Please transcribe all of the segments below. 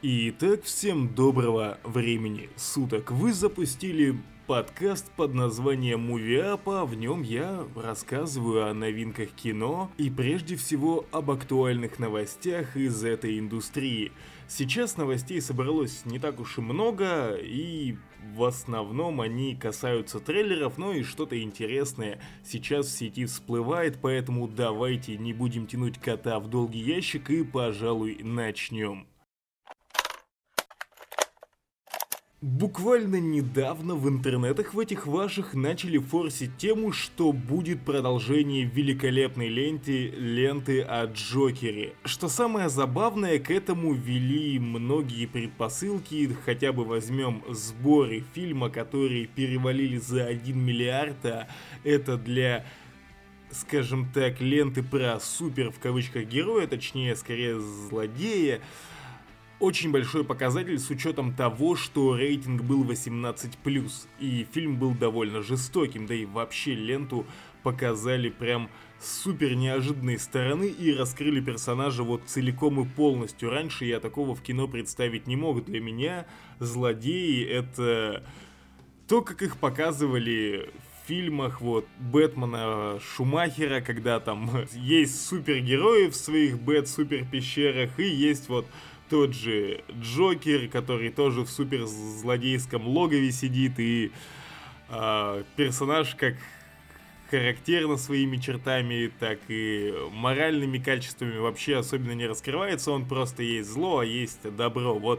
Итак, всем доброго времени суток. Вы запустили подкаст под названием Мувиапа. В нем я рассказываю о новинках кино и прежде всего об актуальных новостях из этой индустрии. Сейчас новостей собралось не так уж и много, и в основном они касаются трейлеров, но и что-то интересное сейчас в сети всплывает, поэтому давайте не будем тянуть кота в долгий ящик и, пожалуй, начнем. Буквально недавно в интернетах в этих ваших начали форсить тему, что будет продолжение великолепной ленты о Джокере. Что самое забавное, к этому вели многие предпосылки, хотя бы возьмем сборы фильма, которые перевалили за 1 миллиард, а это для, скажем так, ленты про супер в кавычках героя, точнее скорее злодея. Очень большой показатель с учетом того, что рейтинг был 18+, и фильм был довольно жестоким, да и вообще ленту показали прям с супер неожиданной стороны и раскрыли персонажа вот целиком и полностью. Раньше я такого в кино представить не мог. Для меня злодеи — это то, как их показывали в фильмах вот Бэтмена Шумахера, когда там есть супергерои в своих Бэт-супер-пещерах и есть вот тот же Джокер, который тоже в суперзлодейском логове сидит, и персонаж как характерно своими чертами, так и моральными качествами вообще особенно не раскрывается, он просто есть зло, а есть добро. Вот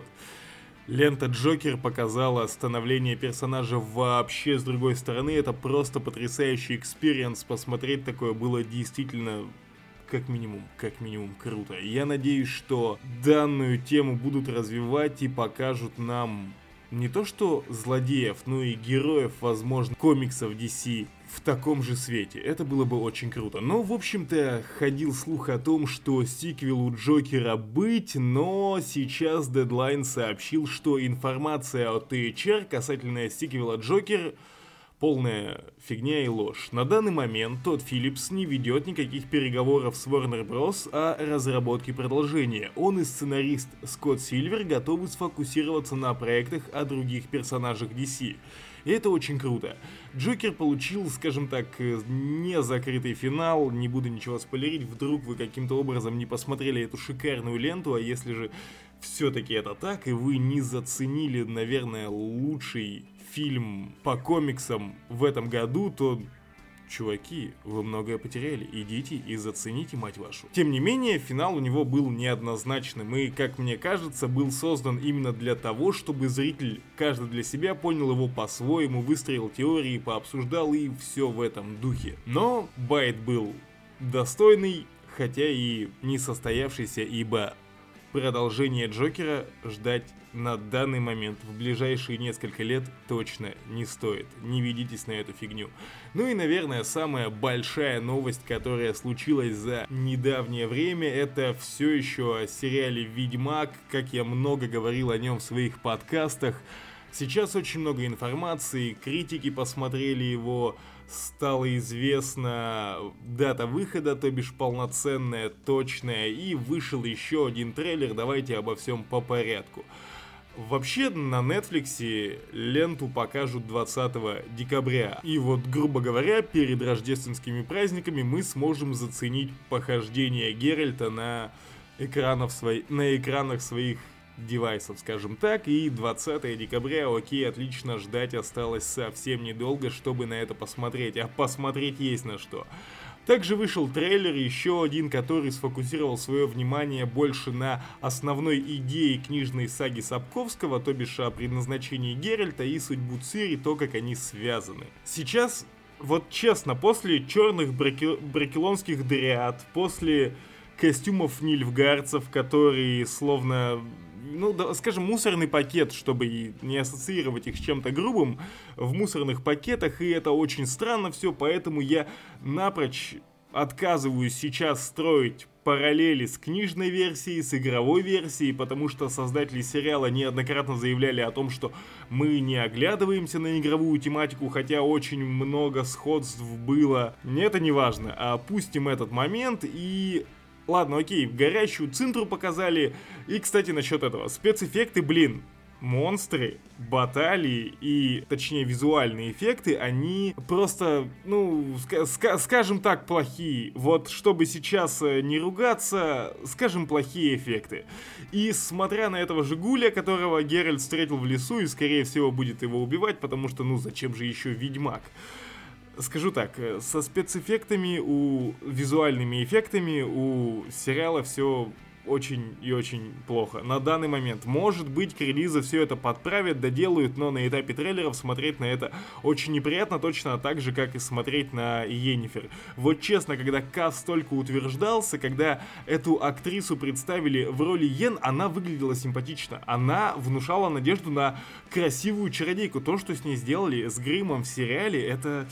лента Джокер показала становление персонажа вообще с другой стороны, это просто потрясающий экспириенс, посмотреть такое было действительно как минимум круто. Я надеюсь, что данную тему будут развивать и покажут нам не то что злодеев, но и героев, возможно, комиксов DC в таком же свете. Это было бы очень круто. Но, в общем-то, ходил слух о том, что сиквел у Джокера быть, но сейчас Deadline сообщил, что информация от THR касательно сиквела Джокер полная фигня и ложь. На данный момент Тодд Филлипс не ведет никаких переговоров с Warner Bros. О разработке продолжения. Он и сценарист Скотт Сильвер готовы сфокусироваться на проектах о других персонажах DC. И это очень круто. Джокер получил, скажем так, не закрытый финал, не буду ничего спойлерить, вдруг вы каким-то образом не посмотрели эту шикарную ленту, а если же все-таки это так, и вы не заценили, наверное, лучший фильм по комиксам в этом году, то, чуваки, вы многое потеряли. Идите и зацените, мать вашу. Тем не менее, финал у него был неоднозначным и, как мне кажется, был создан именно для того, чтобы зритель, каждый для себя, понял его по-своему, выстроил теории, пообсуждал и все в этом духе. Но байт был достойный, хотя и не состоявшийся, ибо продолжение Джокера ждать на данный момент в ближайшие несколько лет точно не стоит. Не ведитесь на эту фигню. Ну и, наверное, самая большая новость, которая случилась за недавнее время, это все еще о сериале «Ведьмак», как я много говорил о нем в своих подкастах. Сейчас очень много информации, критики посмотрели его, стала известна дата выхода, то бишь полноценная, точная, и вышел еще один трейлер, давайте обо всем по порядку. Вообще на Netflix ленту покажут 20 декабря, и вот, грубо говоря, перед рождественскими праздниками мы сможем заценить похождение Геральта на экранах своих девайсов, скажем так, и 20 декабря, окей, отлично, ждать осталось совсем недолго, чтобы на это посмотреть, а посмотреть есть на что. Также вышел трейлер, еще один, который сфокусировал свое внимание больше на основной идее книжной саги Сапковского, то бишь о предназначении Геральта и судьбу Цири, то, как они связаны. Сейчас, вот честно, после черных бракелонских дриад, после костюмов нильфгардцев, которые словно, скажем, мусорный пакет, чтобы не ассоциировать их с чем-то грубым, в мусорных пакетах, и это очень странно все, поэтому я напрочь отказываюсь сейчас строить параллели с книжной версией, с игровой версией, потому что создатели сериала неоднократно заявляли о том, что мы не оглядываемся на игровую тематику, хотя очень много сходств было. Это не важно, опустим этот момент и ладно, окей, горящую цинтру показали. И, кстати, насчет этого. Спецэффекты, блин, монстры, баталии и, точнее, визуальные эффекты, они просто, ну, скажем так, плохие. Вот, чтобы сейчас не ругаться, скажем, плохие эффекты. И смотря на этого Жигуля, которого Геральт встретил в лесу и, скорее всего, будет его убивать, потому что, ну, зачем же еще Ведьмак? Скажу так, со спецэффектами, визуальными эффектами у сериала все очень и очень плохо. На данный момент, может быть, к релизу все это подправят, доделают, но на этапе трейлеров смотреть на это очень неприятно, точно так же, как и смотреть на Йеннифер. Вот честно, когда каст только утверждался, когда эту актрису представили в роли Йен, она выглядела симпатично. Она внушала надежду на красивую чародейку. То, что с ней сделали с гримом в сериале, это...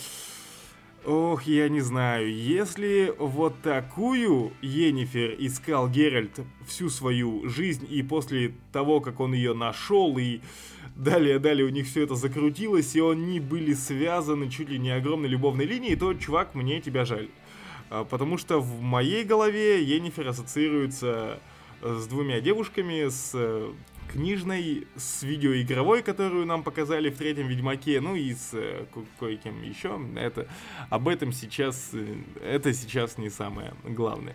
Ох, я не знаю, если вот такую Йеннифер искал Геральт всю свою жизнь, и после того, как он ее нашел, и далее у них все это закрутилось, и они были связаны чуть ли не огромной любовной линией, то, чувак, мне тебя жаль. Потому что в моей голове Йеннифер ассоциируется с двумя девушками, с книжной, с видеоигровой, которую нам показали в третьем Ведьмаке, ну и с кое-кем еще. Об этом сейчас, это сейчас не самое главное.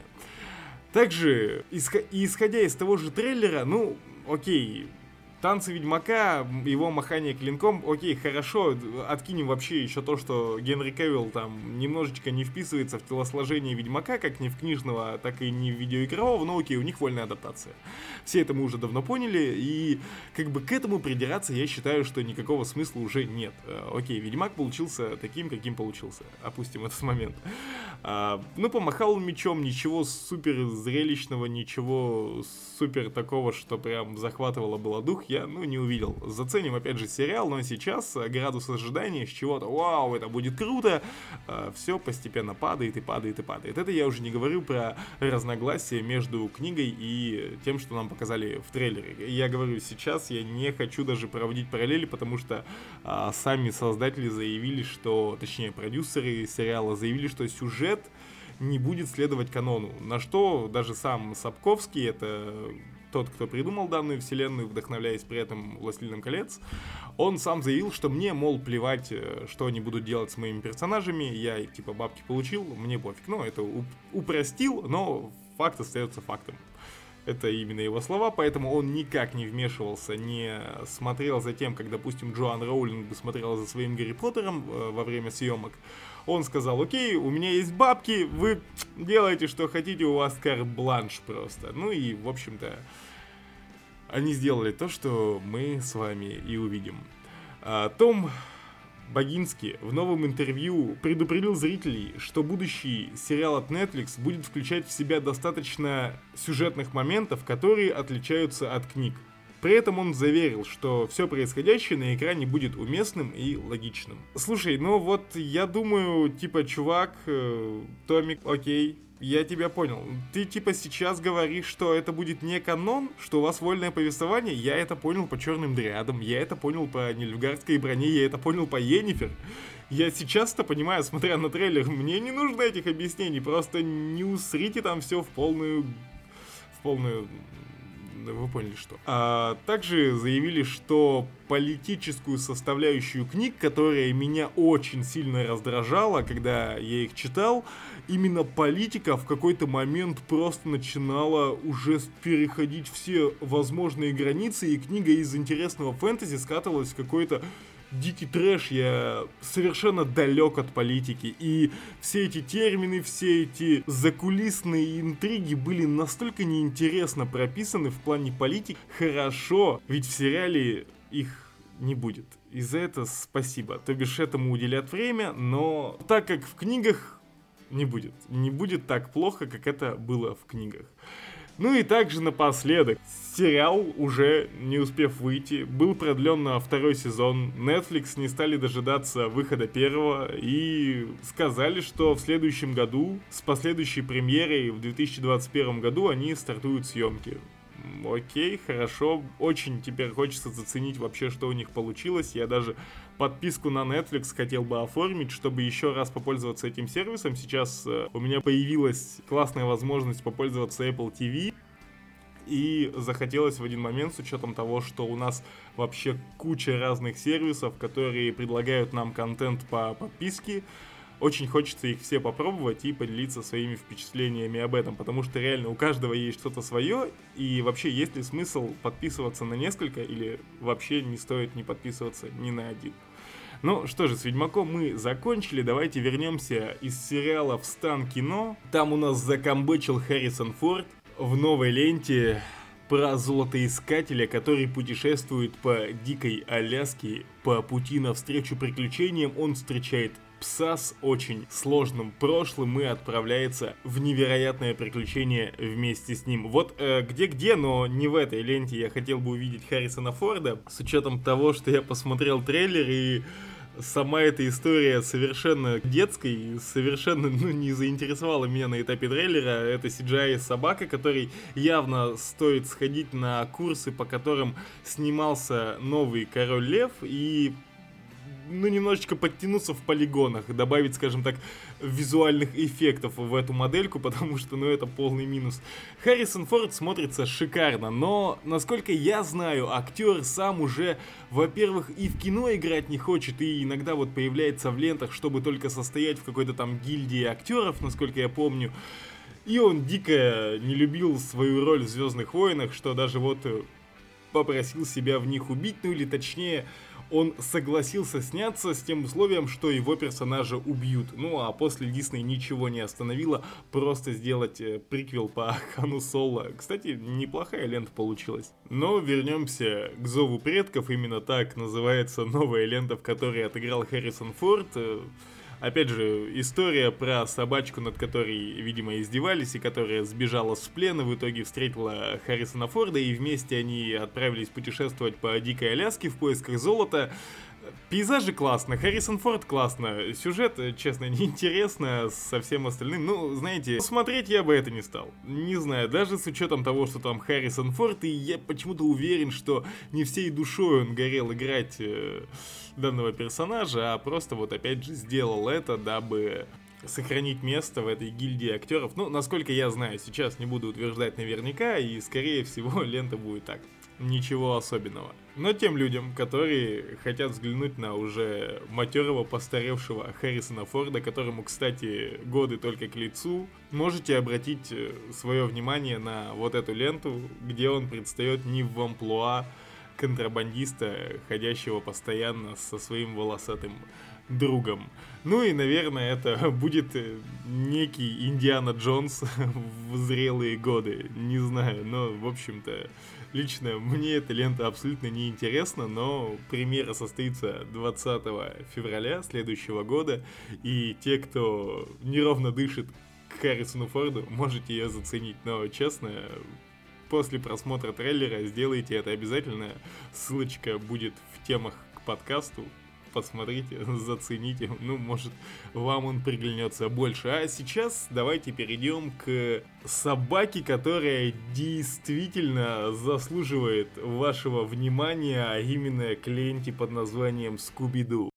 Также, исходя из того же трейлера, ну, окей, танцы Ведьмака, его махание клинком, окей, хорошо, откинем вообще еще то, что Генри Кевилл там немножечко не вписывается в телосложение Ведьмака, как ни в книжного, так и не в видеоигрового, но окей, у них вольная адаптация. Все это мы уже давно поняли, и как бы к этому придираться я считаю, что никакого смысла уже нет. Окей, Ведьмак получился таким, каким получился, опустим этот момент. Ну, помахал он мечом, ничего супер зрелищного, ничего супер такого, что прям захватывало было дух, я, не увидел. Заценим, опять же, сериал, но сейчас градус ожидания с чего-то, вау, это будет круто, все постепенно падает и падает и падает. Это я уже не говорю про разногласия между книгой и тем, что нам показали в трейлере. Я говорю сейчас, я не хочу даже проводить параллели, потому что сами создатели заявили, что, точнее, продюсеры сериала заявили, что сюжет не будет следовать канону. На что даже сам Сапковский, это тот, кто придумал данную вселенную, вдохновляясь при этом «Властелином колец», он сам заявил, что мне, мол, плевать, что они будут делать с моими персонажами, я, типа, бабки получил, мне пофиг. Ну, это упростил, но факт остается фактом. Это именно его слова, поэтому он никак не вмешивался, не смотрел за тем, как, допустим, Джоан Роулинг бы смотрела за своим Гарри Поттером во время съемок. Он сказал: окей, у меня есть бабки, вы делаете, что хотите, у вас карт-бланш просто. Ну и, в общем-то, они сделали то, что мы с вами и увидим. Том Богинский в новом интервью предупредил зрителей, что будущий сериал от Netflix будет включать в себя достаточно сюжетных моментов, которые отличаются от книг. При этом он заверил, что все происходящее на экране будет уместным и логичным. Слушай, ну вот я думаю, типа, чувак, Томик, окей, я тебя понял. Ты типа сейчас говоришь, что это будет не канон, что у вас вольное повествование? Я это понял по черным дриадам, я это понял по Нильфгардской броне, я это понял по Йеннифер. Я сейчас-то понимаю, смотря на трейлер, мне не нужно этих объяснений, просто не усрите там все в полную... Вы поняли, что. Также заявили, что политическую составляющую книг, которая меня очень сильно раздражала, когда я их читал, именно политика в какой-то момент просто начинала уже переходить все возможные границы, и книга из интересного фэнтези скатывалась в какой-то дикий трэш. Я совершенно далек от политики, и все эти термины, все эти закулисные интриги были настолько неинтересно прописаны в плане политики. Хорошо, ведь в сериале их не будет, и за это спасибо, то бишь этому уделят время, но так как в книгах не будет так плохо, как это было в книгах. Ну и также напоследок, сериал, уже не успев выйти, был продлен на второй сезон. Netflix не стали дожидаться выхода первого и сказали, что в следующем году, с последующей премьерой в 2021 году, они стартуют съемки. Окей, хорошо, очень теперь хочется заценить вообще, что у них получилось. Я даже подписку на Netflix хотел бы оформить, чтобы еще раз попользоваться этим сервисом. Сейчас у меня появилась классная возможность попользоваться Apple TV. И захотелось в один момент, с учетом того, что у нас вообще куча разных сервисов, которые предлагают нам контент по подписке, очень хочется их все попробовать и поделиться своими впечатлениями об этом, потому что реально у каждого есть что-то свое, и вообще есть ли смысл подписываться на несколько, или вообще не стоит не подписываться ни на один. Ну что же, с Ведьмаком мы закончили, давайте вернемся из сериала в стан кино. Там у нас закамбэчил Харрисон Форд в новой ленте про золотоискателя, который путешествует по дикой Аляске. По пути навстречу приключениям он встречает пса с очень сложным прошлым и отправляется в невероятное приключение вместе с ним. Вот где-где, но не в этой ленте я хотел бы увидеть Харрисона Форда, с учетом того, что я посмотрел трейлер и сама эта история совершенно детской, совершенно не заинтересовала меня на этапе трейлера. Это CGI-собака, который явно стоит сходить на курсы, по которым снимался новый Король Лев, и немножечко подтянуться в полигонах, добавить, скажем так, визуальных эффектов в эту модельку, потому что, это полный минус. Харрисон Форд смотрится шикарно, но, насколько я знаю, актер сам уже, во-первых, и в кино играть не хочет, и иногда вот появляется в лентах, чтобы только состоять в какой-то там гильдии актеров, насколько я помню. И он дико не любил свою роль в «Звездных войнах», что даже вот попросил себя в них убить, или точнее, он согласился сняться с тем условием, что его персонажа убьют. А после Дисней ничего не остановило, просто сделать приквел по Хану Соло. Кстати, неплохая лента получилась. Но вернемся к Зову предков, именно так называется новая лента, в которой отыграл Харрисон Форд. Опять же, история про собачку, над которой, видимо, издевались, и которая сбежала с плена, в итоге встретила Харрисона Форда, и вместе они отправились путешествовать по дикой Аляске в поисках золота. Пейзажи классно, Харрисон Форд классно, сюжет, честно, неинтересно со всем остальным. Знаете, смотреть я бы это не стал. Не знаю, даже с учетом того, что там Харрисон Форд, и я почему-то уверен, что не всей душой он горел играть данного персонажа, а просто вот опять же сделал это, дабы сохранить место в этой гильдии актеров. Насколько я знаю, сейчас не буду утверждать наверняка, и скорее всего лента будет так. Ничего особенного. Но тем людям, которые хотят взглянуть на уже матерого, постаревшего Харрисона Форда, которому, кстати, годы только к лицу, можете обратить свое внимание на вот эту ленту, где он предстает не в амплуа контрабандиста, ходящего постоянно со своим волосатым другом. И, наверное, это будет некий Индиана Джонс в зрелые годы. Не знаю, но, в общем-то, лично мне эта лента абсолютно не интересна, но премьера состоится 20 февраля следующего года, и те, кто неровно дышит к Харрисону Форду, можете ее заценить. Но, честно, после просмотра трейлера сделайте это обязательно. Ссылочка будет в темах к подкасту. Посмотрите, зацените, может, вам он приглянется больше. А сейчас давайте перейдем к собаке, которая действительно заслуживает вашего внимания, а именно к ленте под названием «Скуби-Ду».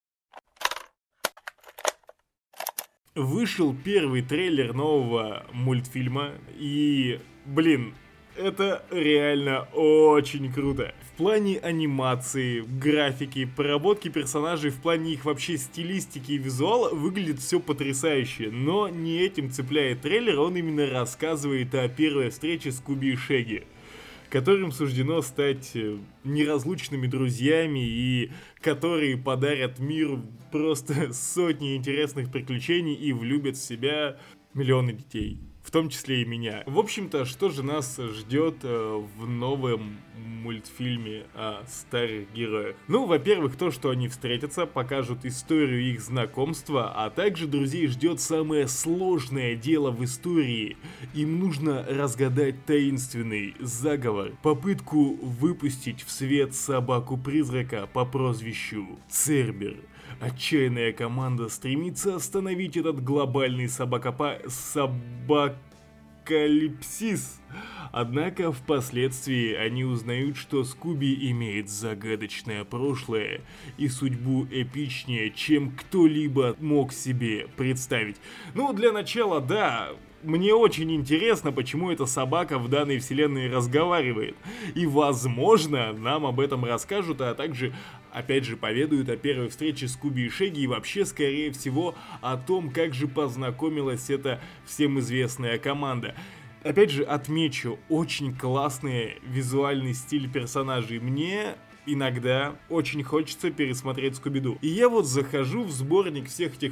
Вышел первый трейлер нового мультфильма, и, это реально очень круто. В плане анимации, графики, проработки персонажей, в плане их вообще стилистики и визуала выглядит все потрясающе. Но не этим цепляет трейлер, он именно рассказывает о первой встрече Скуби и Шеги, которым суждено стать неразлучными друзьями и которые подарят миру просто сотни интересных приключений и влюбят в себя миллионы детей. В том числе и меня. В общем-то, что же нас ждет в новом мультфильме о старых героях? Во-первых, то, что они встретятся, покажут историю их знакомства, а также друзей ждет самое сложное дело в истории. Им нужно разгадать таинственный заговор, попытку выпустить в свет собаку-призрака по прозвищу Цербер. Отчаянная команда стремится остановить этот глобальный собакопад апокалипсис. Однако впоследствии они узнают, что Скуби имеет загадочное прошлое и судьбу эпичнее, чем кто-либо мог себе представить. Ну, для начала, да, мне очень интересно, почему эта собака в данной вселенной разговаривает. И, возможно, нам об этом расскажут, а также, опять же, поведают о первой встрече Скуби и Шеги и вообще, скорее всего, о том, как же познакомилась эта всем известная команда. Опять же, отмечу, очень классный визуальный стиль персонажей. Мне иногда очень хочется пересмотреть Скуби-Ду. И я вот захожу в сборник всех этих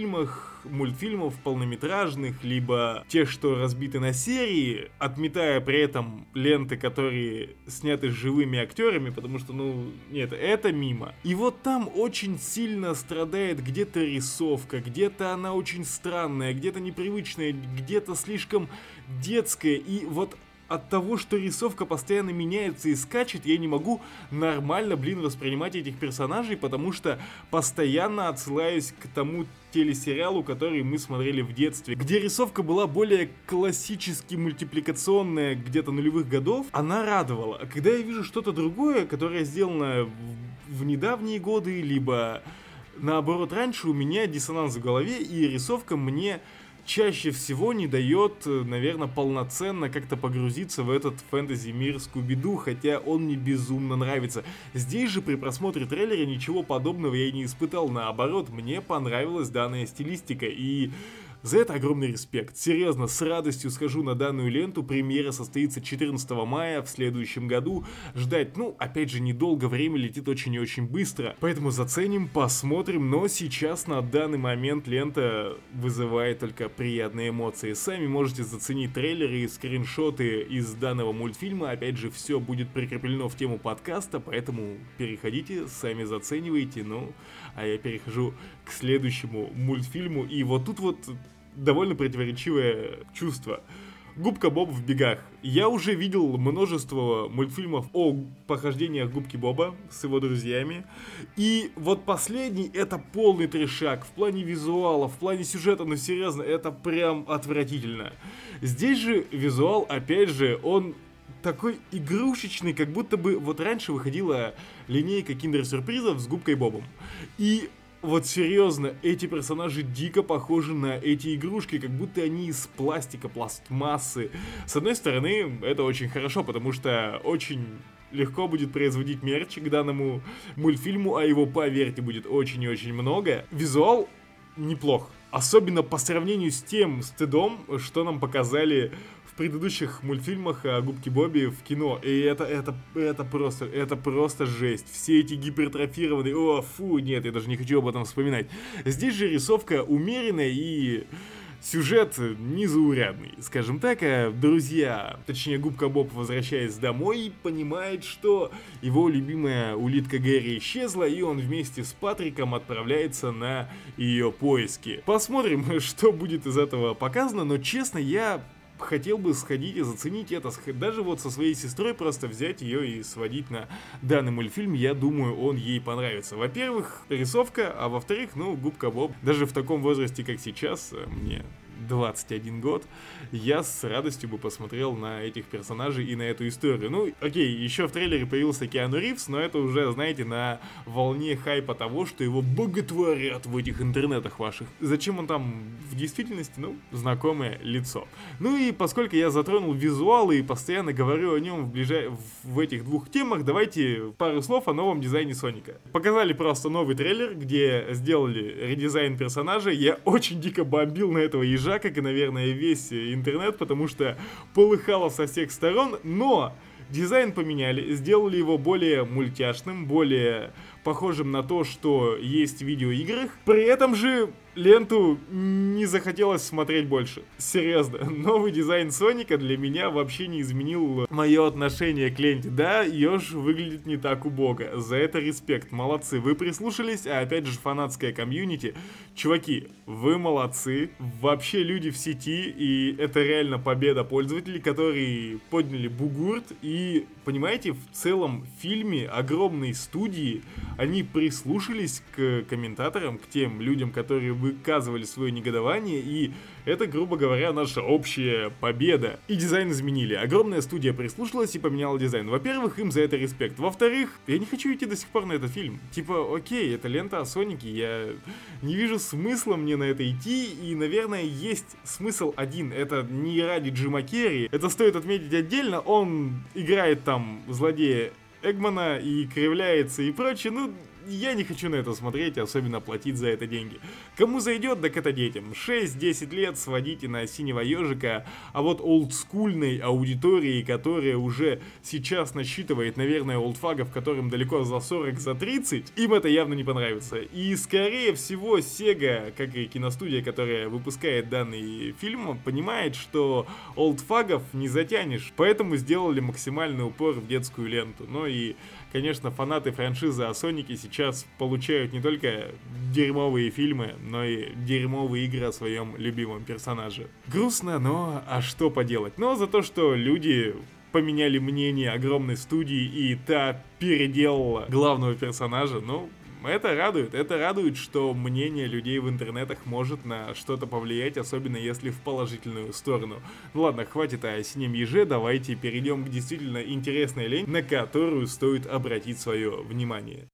мультфильмов полнометражных, либо тех, что разбиты на серии, отметая при этом ленты, которые сняты с живыми актерами, потому что, нет, это мимо. И вот там очень сильно страдает где-то рисовка, где-то она очень странная, где-то непривычная, где-то слишком детская, и вот от того, что рисовка постоянно меняется и скачет, я не могу нормально, воспринимать этих персонажей, потому что постоянно отсылаюсь к тому телесериалу, который мы смотрели в детстве, где рисовка была более классически мультипликационная, где-то нулевых годов, она радовала. А когда я вижу что-то другое, которое сделано в недавние годы, либо наоборот раньше, у меня диссонанс в голове, и рисовка мне чаще всего не дает, наверное, полноценно как-то погрузиться в этот фэнтези-мир Скуби-Ду, хотя он мне безумно нравится. Здесь же при просмотре трейлера ничего подобного я не испытал, наоборот, мне понравилась данная стилистика, и за это огромный респект. Серьезно, с радостью схожу на данную ленту. Премьера состоится 14 мая в следующем году. Ждать, опять же, недолго, время летит очень и очень быстро. Поэтому заценим, посмотрим. Но сейчас, на данный момент, лента вызывает только приятные эмоции. Сами можете заценить трейлеры и скриншоты из данного мультфильма. Опять же, все будет прикреплено в тему подкаста, поэтому переходите, сами заценивайте. А я перехожу к следующему мультфильму. И вот тут вот довольно противоречивое чувство. Губка Боб в бегах. Я уже видел множество мультфильмов о похождениях Губки Боба с его друзьями. И вот последний — это полный трешак. В плане визуала, в плане сюжета, серьезно, это прям отвратительно. Здесь же визуал, опять же, он такой игрушечный, как будто бы вот раньше выходила линейка киндер-сюрпризов с Губкой Бобом. И вот серьезно, эти персонажи дико похожи на эти игрушки, как будто они из пластика, пластмассы. С одной стороны, это очень хорошо, потому что очень легко будет производить мерч к данному мультфильму, а его, поверьте, будет очень и очень много. Визуал неплох. Особенно по сравнению с тем стыдом, что нам показали в предыдущих мультфильмах о Губке Бобе в кино. И это просто жесть. Все эти гипертрофированные... Нет, я даже не хочу об этом вспоминать. Здесь же рисовка умеренная и сюжет незаурядный, скажем так. Друзья, точнее Губка Боб, возвращаясь домой, понимает, что его любимая улитка Гэри исчезла, и он вместе с Патриком отправляется на ее поиски. Посмотрим, что будет из этого показано, но честно, я хотел бы сходить и заценить это, даже вот со своей сестрой просто взять ее и сводить на данный мультфильм. Я думаю, он ей понравится. Во-первых, рисовка, а во-вторых, Губка Боб. Даже в таком возрасте, как сейчас, мне 21 год, я с радостью бы посмотрел на этих персонажей и на эту историю. Окей, еще в трейлере появился Киану Ривз, но это уже, знаете, на волне хайпа того, что его боготворят в этих интернетах ваших. Зачем он там в действительности? Знакомое лицо. И поскольку я затронул визуал и постоянно говорю о нем в этих двух темах, давайте пару слов о новом дизайне Соника. Показали просто новый трейлер, где сделали редизайн персонажа. Я очень дико бомбил на этого ежа, как и, наверное, весь интернет, потому что полыхало со всех сторон, но дизайн поменяли, сделали его более мультяшным, более похожим на то, что есть в видеоиграх. При этом же ленту не захотелось смотреть больше. Серьезно, новый дизайн Соника для меня вообще не изменил мое отношение к ленте. Да, еж выглядит не так убого. За это респект, молодцы. Вы прислушались, а опять же фанатская комьюнити. Чуваки, вы молодцы. Вообще люди в сети, и это реально победа пользователей, которые подняли бугурт. И, понимаете, в целом фильме огромной студии они прислушались к комментаторам, к тем людям, которые выказывали свое негодование, и это, грубо говоря, наша общая победа. И дизайн изменили. Огромная студия прислушалась и поменяла дизайн. Во-первых, им за это респект. Во-вторых, я не хочу идти до сих пор на этот фильм. Типа, окей, это лента о Сонике, я не вижу смысла мне на это идти, и, наверное, есть смысл один. Это не ради Джима Керри. Это стоит отметить отдельно. Он играет там злодея Эгмана и кривляется и прочее. Ну, я не хочу на это смотреть, особенно платить за это деньги. Кому зайдет, так это детям. 6-10 лет сводите на синего ежика, а вот олдскульной аудитории, которая уже сейчас насчитывает, наверное, олдфагов, которым далеко за 40, за 30, им это явно не понравится. И, скорее всего, Sega, как и киностудия, которая выпускает данный фильм, понимает, что олдфагов не затянешь, поэтому сделали максимальный упор в детскую ленту. Ну и, конечно, фанаты франшизы о Сонике сейчас получают не только дерьмовые фильмы, но и дерьмовые игры о своем любимом персонаже. Грустно, но а что поделать? Но за то, что люди поменяли мнение огромной студии и та переделала главного персонажа, ну, это радует, что мнение людей в интернетах может на что-то повлиять, особенно если в положительную сторону. Ну ладно, хватит о синем еже, давайте перейдем к действительно интересной ленте, на которую стоит обратить свое внимание.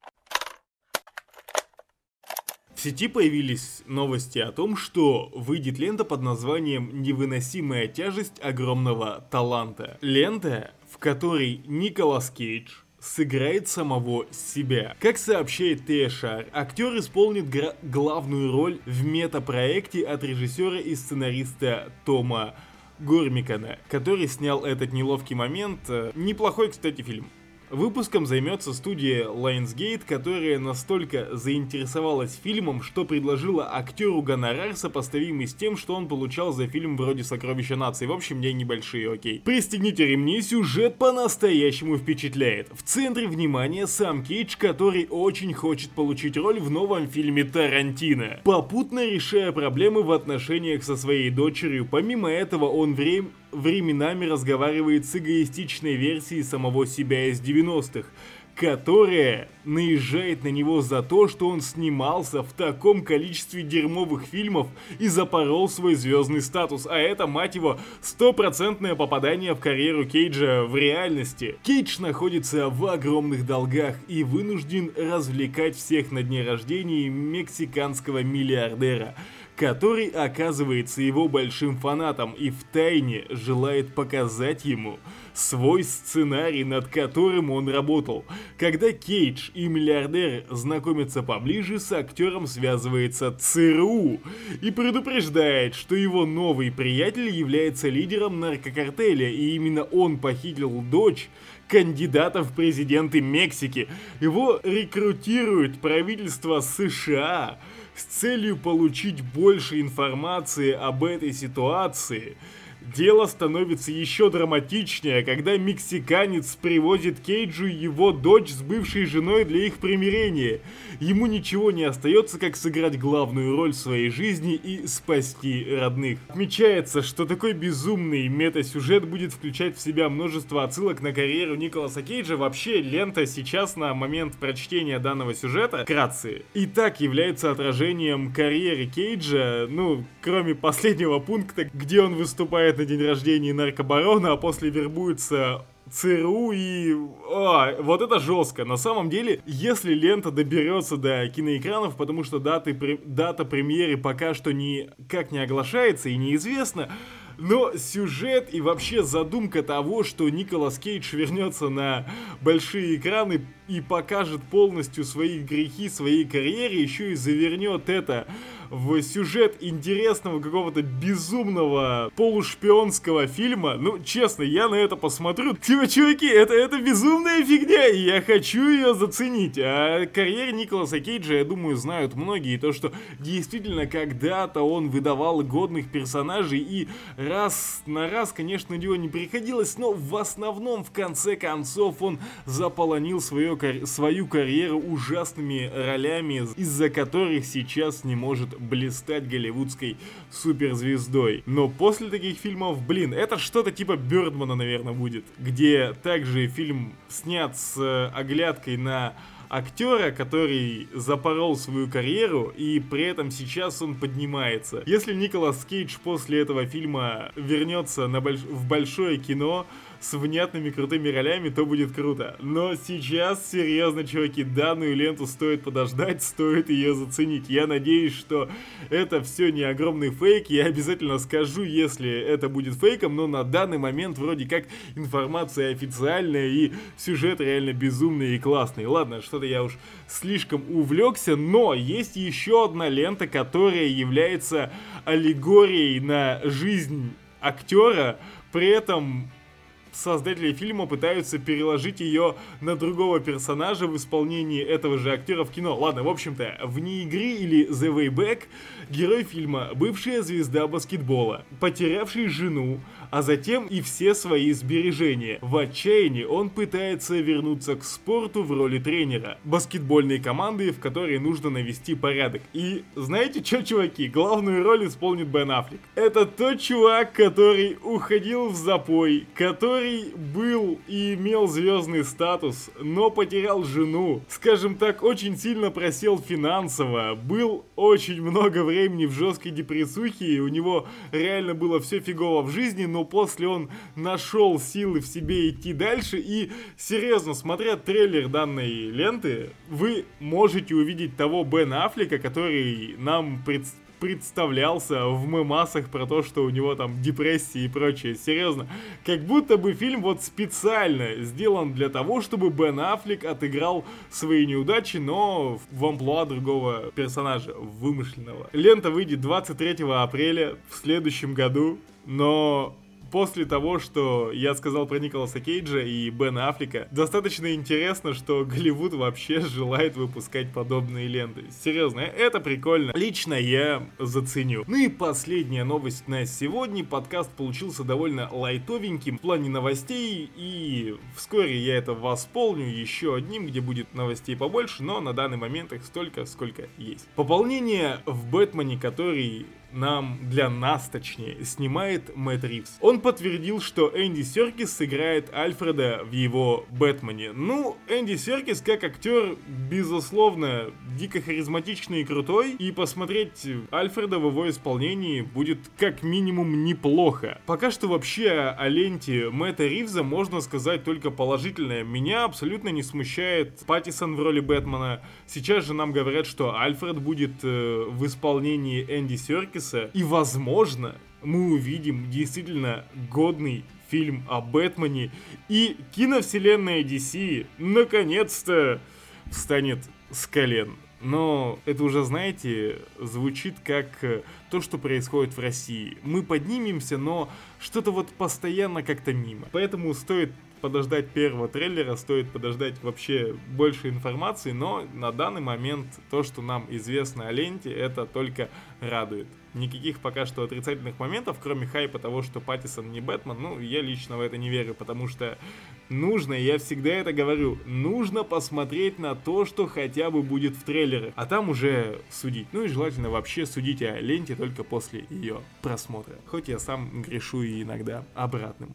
В сети появились новости о том, что выйдет лента под названием «Невыносимая тяжесть огромного таланта». Лента, в которой Николас Кейдж сыграет самого себя. Как сообщает TSR, актер исполнит главную роль в метапроекте от режиссера и сценариста Тома Гормикана, который снял этот неловкий момент. Неплохой, кстати, фильм. Выпуском займется студия Lionsgate, которая настолько заинтересовалась фильмом, что предложила актеру гонорар, сопоставимый с тем, что он получал за фильм вроде «Сокровища нации». В общем, деньги большие, окей. Пристегните ремни, сюжет по-настоящему впечатляет. В центре внимания сам Кейдж, который очень хочет получить роль в новом фильме Тарантино, попутно решая проблемы в отношениях со своей дочерью. Помимо этого, он временами разговаривает с эгоистичной версией самого себя из 90-х, которая наезжает на него за то, что он снимался в таком количестве дерьмовых фильмов и запорол свой звездный статус, а это, мать его, стопроцентное попадание в карьеру Кейджа в реальности. Кейдж находится в огромных долгах и вынужден развлекать всех на дне рождения мексиканского миллиардера, который оказывается его большим фанатом и втайне желает показать ему свой сценарий, над которым он работал. Когда Кейдж и миллиардер знакомятся поближе, с актером связывается ЦРУ и предупреждает, что его новый приятель является лидером наркокартеля, и именно он похитил дочь кандидата в президенты Мексики. Его рекрутирует правительство США с целью получить больше информации об этой ситуации. Дело становится еще драматичнее, когда мексиканец привозит Кейджу его дочь с бывшей женой для их примирения. Ему ничего не остается, как сыграть главную роль в своей жизни и спасти родных. Отмечается, что такой безумный мета-сюжет будет включать в себя множество отсылок на карьеру Николаса Кейджа. Вообще, лента сейчас на момент прочтения данного сюжета, вкратце, и так является отражением карьеры Кейджа, ну, кроме последнего пункта, где он выступает на день рождения наркобарона, а после вербуется ЦРУ и... вот это жестко. На самом деле, если лента доберется до киноэкранов, потому что дата премьеры пока что никак не оглашается и неизвестно, но сюжет и вообще задумка того, что Николас Кейдж вернется на большие экраны и покажет полностью свои грехи, своей карьере, еще и завернет это в сюжет интересного какого-то безумного полушпионского фильма. Ну, честно, я на это посмотрю. Типа, чуваки, это безумная фигня, и я хочу ее заценить. А карьере Николаса Кейджа, я думаю, знают многие. И то, что действительно когда-то он выдавал годных персонажей, и раз на раз, конечно, его не приходилось, но в основном, в конце концов, он заполонил свою карьеру ужасными ролями, из-за которых сейчас не может блистать голливудской суперзвездой. Но после таких фильмов, это что-то типа Бёрдмана, наверное, будет, где также фильм снят с оглядкой на актера, который запорол свою карьеру, и при этом сейчас он поднимается. Если Николас Кейдж после этого фильма вернется в большое кино с внятными крутыми ролями, то будет круто. Но сейчас, серьезно, чуваки, данную ленту стоит подождать, стоит ее заценить. Я надеюсь, что это все не огромный фейк. Я обязательно скажу, если это будет фейком, но на данный момент вроде как информация официальная и сюжет реально безумный и классный. Ладно, что-то я уж слишком увлекся, но есть еще одна лента, которая является аллегорией на жизнь актера, при этом создатели фильма пытаются переложить ее на другого персонажа в исполнении этого же актера в кино. Ладно, в общем-то, вне игры или The Way Back герой фильма — бывшая звезда баскетбола, потерявший жену, а затем и все свои сбережения. В отчаянии он пытается вернуться к спорту в роли тренера баскетбольной команды, в которой нужно навести порядок. И знаете что, чуваки? Главную роль исполнит Бен Аффлек. Это тот чувак, который уходил в запой, который был и имел звездный статус, но потерял жену. Скажем так, очень сильно просел финансово, был очень много времени в жесткой депрессухе, и у него реально было все фигово в жизни, но после он нашел силы в себе идти дальше, и серьезно, смотря трейлер данной ленты, вы можете увидеть того Бена Аффлека, который нам представлялся в мемасах про то, что у него там депрессия и прочее. Серьезно, как будто бы фильм вот специально сделан для того, чтобы Бен Аффлек отыграл свои неудачи, но в амплуа другого персонажа, вымышленного. Лента выйдет 23 апреля в следующем году, но после того, что я сказал про Николаса Кейджа и Бена Аффлека, достаточно интересно, что Голливуд вообще желает выпускать подобные ленты. Серьезно, это прикольно. Лично я заценю. Ну и последняя новость на сегодня. Подкаст получился довольно лайтовеньким в плане новостей, и вскоре я это восполню еще одним, где будет новостей побольше, но на данный момент их столько, сколько есть. Пополнение в Бэтмене, который для нас, точнее, снимает Мэтт Ривз. Он подтвердил, что Энди Серкис сыграет Альфреда в его Бэтмене. Ну, Энди Серкис как актер, безусловно, дико харизматичный и крутой, и посмотреть Альфреда в его исполнении будет как минимум неплохо. Пока что вообще о ленте Мэтта Ривза можно сказать только положительное. Меня абсолютно не смущает Паттисон в роли Бэтмена. Сейчас же нам говорят, что Альфред будет в исполнении Энди Серкиса, и, возможно, мы увидим действительно годный фильм о Бэтмене, и киновселенная DC наконец-то встанет с колен. Но это уже, знаете, звучит как то, что происходит в России. Мы поднимемся, но что-то вот постоянно как-то мимо. Поэтому стоит подождать первого трейлера, стоит подождать вообще больше информации, но на данный момент то, что нам известно о ленте, это только радует. Никаких пока что отрицательных моментов, кроме хайпа того, что Паттисон не Бэтмен, ну, я лично в это не верю, потому что нужно, я всегда это говорю, нужно посмотреть на то, что хотя бы будет в трейлерах, а там уже судить. Ну и желательно вообще судить о ленте только после ее просмотра. Хоть я сам грешу и иногда обратным.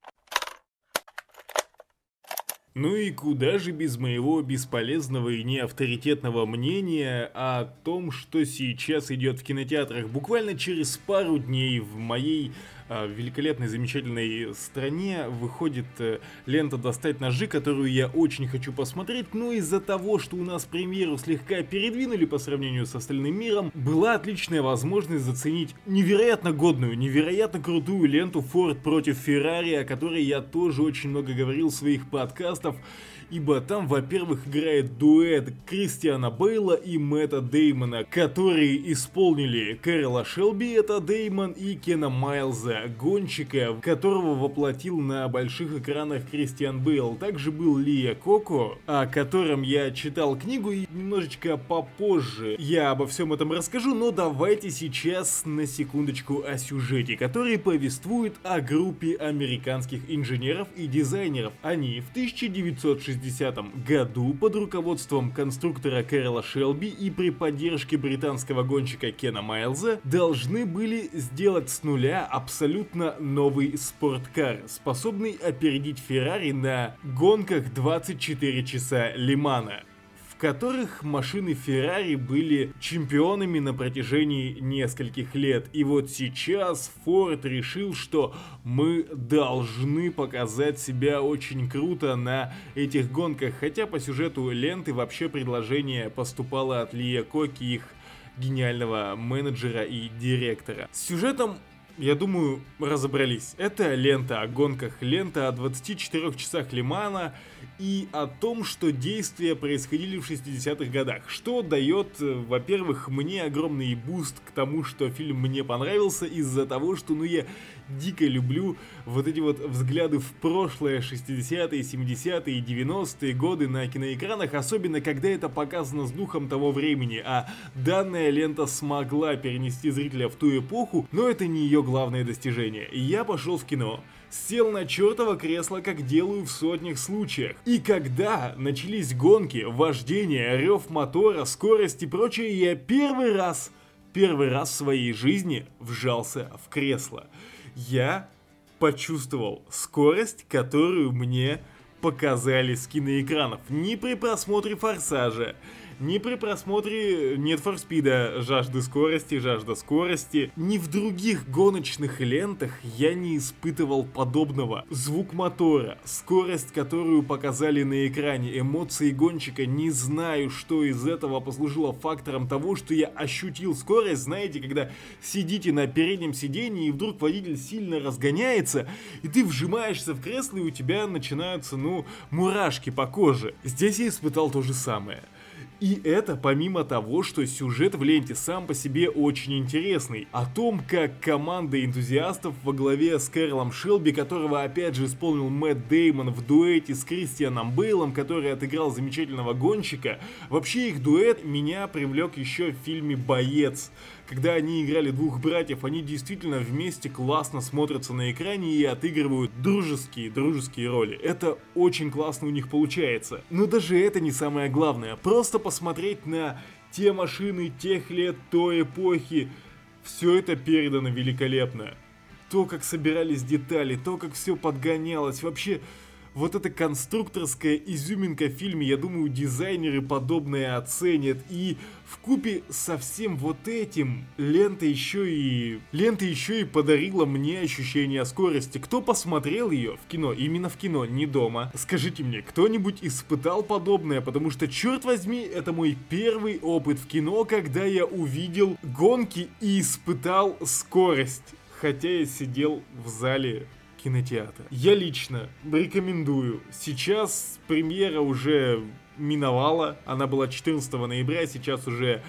Ну и куда же без моего бесполезного и неавторитетного мнения о том, что сейчас идет в кинотеатрах. Буквально через пару дней в моей великолепной, замечательной стране выходит лента «Достать ножи», которую я очень хочу посмотреть, но из-за того, что у нас премьеру слегка передвинули по сравнению с остальным миром, была отличная возможность заценить невероятно годную, невероятно крутую ленту «Форд против Феррари», о которой я тоже очень много говорил в своих подкастах, ибо там, во-первых, играет дуэт Кристиана Бейла и Мэтта Деймона, которые исполнили Кэрола Шелби, это Деймон, и Кена Майлза, гонщика, которого воплотил на больших экранах Кристиан Бейл. Также был Лия Коко, о котором я читал книгу, и немножечко попозже я обо всем этом расскажу, но давайте сейчас на секундочку о сюжете, который повествует о группе американских инженеров и дизайнеров. Они в 1960 году под руководством конструктора Кэрола Шелби и при поддержке британского гонщика Кена Майлза должны были сделать с нуля абсолютно новый спорткар, способный опередить Феррари на гонках 24 часа Ле Мана. которых машины Ferrari были чемпионами на протяжении нескольких лет. И вот сейчас Ford решил, что мы должны показать себя очень круто на этих гонках. Хотя по сюжету ленты вообще предложение поступало от Лия Коки, их гениального менеджера и директора. С сюжетом, я думаю, разобрались. Это лента о гонках, лента о 24 часах Ле-Мана и о том, что действия происходили в 60-х годах. Что дает, во-первых, мне огромный буст к тому, что фильм мне понравился из-за того, что, я дико люблю вот эти вот взгляды в прошлое, 60-е, 70-е и 90-е годы на киноэкранах, особенно когда это показано с духом того времени, а данная лента смогла перенести зрителя в ту эпоху, но это не ее главное достижение. И я пошел в кино, сел на чертово кресло, как делаю в сотнях случаях. И когда начались гонки, вождение, рев мотора, скорость и прочее, я первый раз в своей жизни вжался в кресло. Я почувствовал скорость, которую мне показали с киноэкранов. Ни при просмотре «Форсажа», ни при просмотре Need for Speed, жажда скорости, ни в других гоночных лентах я не испытывал подобного. Звук мотора, скорость, которую показали на экране, эмоции гонщика, не знаю, что из этого послужило фактором того, что я ощутил скорость. Знаете, когда сидите на переднем сидении и вдруг водитель сильно разгоняется, и ты вжимаешься в кресло, и у тебя начинаются, мурашки по коже. Здесь я испытал то же самое. И это помимо того, что сюжет в ленте сам по себе очень интересный. О том, как команда энтузиастов во главе с Карлом Шелби, которого опять же исполнил Мэтт Дэймон в дуэте с Кристианом Бейлом, который отыграл замечательного гонщика. Вообще их дуэт меня привлек еще в фильме «Боец». Когда они играли двух братьев, они действительно вместе классно смотрятся на экране и отыгрывают дружеские роли. Это очень классно у них получается. Но даже это не самое главное. Просто посмотреть на те машины тех лет, той эпохи. Все это передано великолепно. То, как собирались детали, то, как все подгонялось. Вообще, вот эта конструкторская изюминка в фильме, я думаю, дизайнеры подобное оценят. И вкупе со всем вот этим лента еще и подарила мне ощущение скорости. Кто посмотрел ее в кино, именно в кино, не дома? Скажите мне, кто-нибудь испытал подобное? Потому что, черт возьми, это мой первый опыт в кино, когда я увидел гонки и испытал скорость. Хотя я сидел в зале кинотеатра. Я лично рекомендую. Сейчас премьера уже миновала. Она была 14 ноября, сейчас уже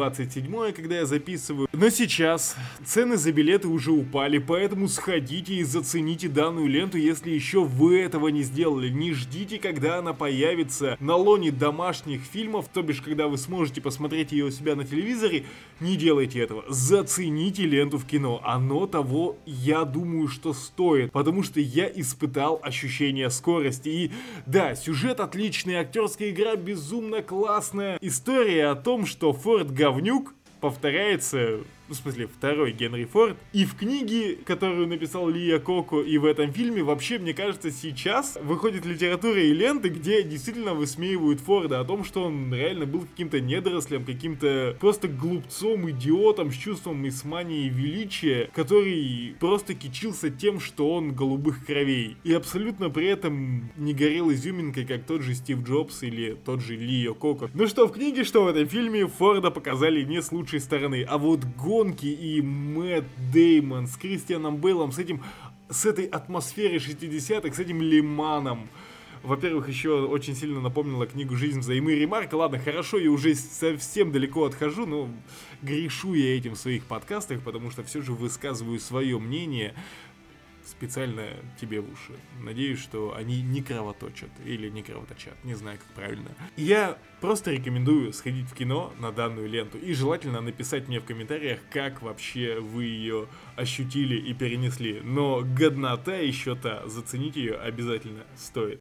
27, когда я записываю. Но сейчас цены за билеты уже упали, поэтому сходите и зацените данную ленту, если еще вы этого не сделали. Не ждите, когда она появится на лоне домашних фильмов, то бишь, когда вы сможете посмотреть ее у себя на телевизоре. Не делайте этого. Зацените ленту в кино. Оно того, я думаю, что стоит, потому что я испытал ощущение скорости. И да, сюжет отличный, актерская игра безумно классная. История о том, что Форд говнюк, повторяется, в смысле, второй Генри Форд. И в книге, которую написал Лия Коко, и в этом фильме, вообще, мне кажется, сейчас выходит литература и ленты, где действительно высмеивают Форда о том, что он реально был каким-то недорослем, каким-то просто глупцом, идиотом с чувством и с манией величия, который просто кичился тем, что он голубых кровей. И абсолютно при этом не горел изюминкой, как тот же Стив Джобс или тот же Лио Коко. Ну что в книге, что в этом фильме, Форда показали не с лучшей стороны, а вот гонки и Мэтт Дэймон с Кристианом Бейлом, с этой атмосферой 60-х, с этим Ле-Маном. Во-первых, еще очень сильно напомнила книгу «Жизнь взаймы» Ремарка. Ладно, хорошо, я уже совсем далеко отхожу, но грешу я этим в своих подкастах, потому что все же высказываю свое мнение специально тебе в уши. Надеюсь, что они не кровоточат или не кровоточат, не знаю, как правильно. Я просто рекомендую сходить в кино на данную ленту и желательно написать мне в комментариях, как вообще вы ее ощутили и перенесли. Но годнота еще та, заценить ее обязательно стоит.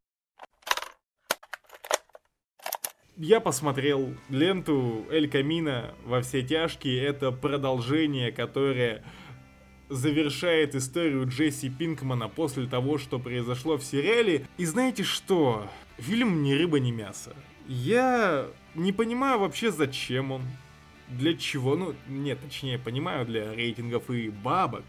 Я посмотрел ленту «Эль Камино» во все тяжкие. Это продолжение, которое завершает историю Джесси Пинкмана после того, что произошло в сериале. И знаете что? Фильм ни рыба, ни мясо. Я Не понимаю вообще, зачем он, для чего, ну, нет, точнее, понимаю, для рейтингов и бабок,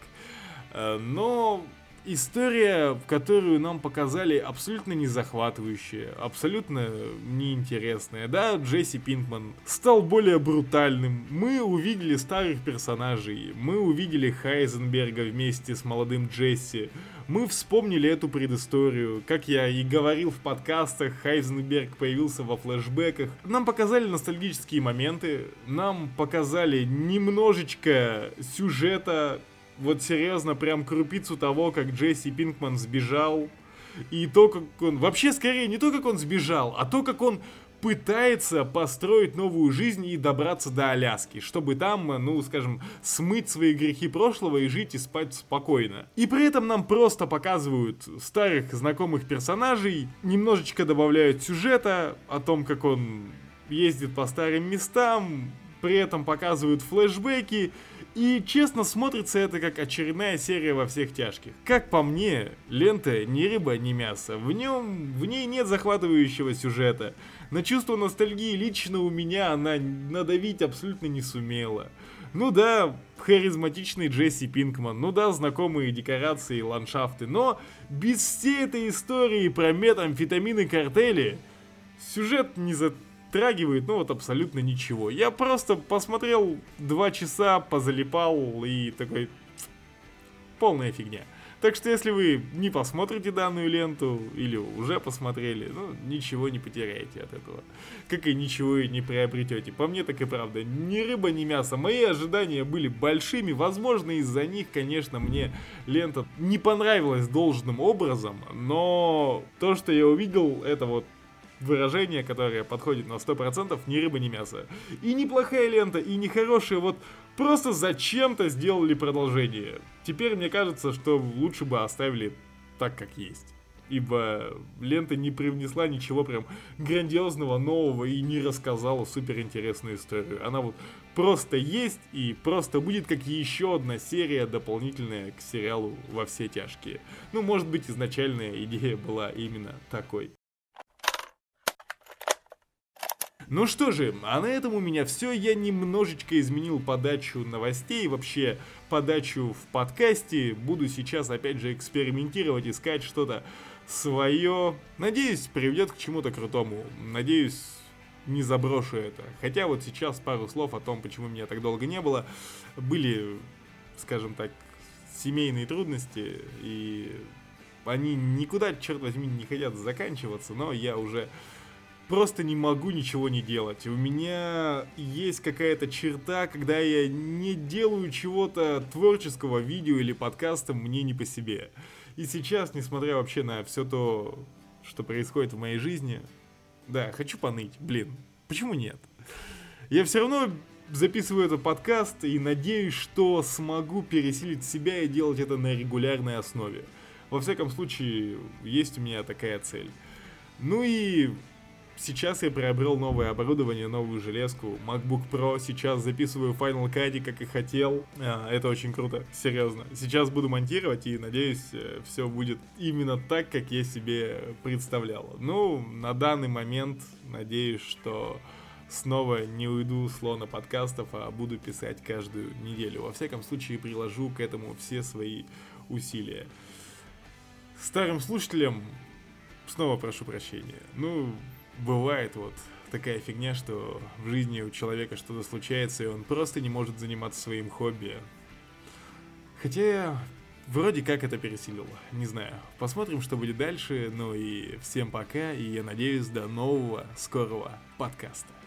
но история, которую нам показали, абсолютно не захватывающая, абсолютно неинтересная. Да, Джесси Пинкман стал более брутальным, мы увидели старых персонажей, мы увидели Хайзенберга вместе с молодым Джесси, мы вспомнили эту предысторию. Как я и говорил в подкастах, Хайзенберг появился во флешбеках. Нам показали ностальгические моменты, нам показали немножечко сюжета, вот серьезно, прям крупицу того, как Джесси Пинкман сбежал. И то, как он... Вообще, скорее, не то, как он сбежал, а то, как он пытается построить новую жизнь и добраться до Аляски, чтобы там, ну, скажем, смыть свои грехи прошлого и жить и спать спокойно. И при этом нам просто показывают старых знакомых персонажей, немножечко добавляют сюжета о том, как он ездит по старым местам, при этом показывают флешбеки, и честно смотрится это как очередная серия «Во всех тяжких». Как по мне, лента ни рыба, ни мясо. В ней нет захватывающего сюжета. На чувство ностальгии лично у меня она надавить абсолютно не сумела. Ну да, харизматичный Джесси Пинкман, ну да, знакомые декорации и ландшафты, но без всей этой истории про метамфетамины и картели сюжет не затрагивает, ну вот абсолютно ничего. Я просто посмотрел 2 часа, позалипал и такой... Полная фигня. Так что если вы не посмотрите данную ленту, или уже посмотрели, ну, ничего не потеряете от этого. Как и ничего и не приобретете. По мне так и правда, ни рыба, ни мясо. Мои ожидания были большими. Возможно, из-за них, конечно, мне лента не понравилась должным образом. Но то, что я увидел, это вот выражение, которое подходит на 100%, ни рыба, ни мясо. И неплохая лента, и нехорошая, вот просто зачем-то сделали продолжение. Теперь мне кажется, что лучше бы оставили так, как есть. Ибо лента не привнесла ничего прям грандиозного, нового и не рассказала суперинтересную историю. Она вот просто есть и просто будет как еще одна серия дополнительная к сериалу «Во все тяжкие». Ну, может быть, изначальная идея была именно такой. Ну что же, а на этом у меня все. Я немножечко изменил подачу новостей, вообще подачу в подкасте. Буду сейчас опять же экспериментировать, искать что-то свое. Надеюсь, приведет к чему-то крутому. Надеюсь, не заброшу это. Хотя вот сейчас пару слов о том, почему меня так долго не было. Были, скажем так, семейные трудности, и они никуда, черт возьми, не хотят заканчиваться, но я уже... Просто не могу ничего не делать. У меня есть какая-то черта, когда я не делаю чего-то творческого, видео или подкаста, мне не по себе. И сейчас, несмотря вообще на все то, что происходит в моей жизни, да, хочу поныть, блин, почему нет? Я все равно записываю этот подкаст и надеюсь, что смогу пересилить себя и делать это на регулярной основе. Во всяком случае, есть у меня такая цель. Ну и... Сейчас я приобрел новое оборудование, новую железку, MacBook Pro, сейчас записываю в Final Cut, как и хотел, это очень круто, серьезно. Сейчас буду монтировать и надеюсь, все будет именно так, как я себе представлял. Ну, на данный момент надеюсь, что снова не уйду с лона подкастов, а буду писать каждую неделю. Во всяком случае, приложу к этому все свои усилия. Старым слушателям снова прошу прощения. Ну... Бывает вот такая фигня, что в жизни у человека что-то случается, и он просто не может заниматься своим хобби. Хотя я вроде как это пересилил, не знаю. Посмотрим, что будет дальше. Ну и всем пока, и я надеюсь, до нового скорого подкаста.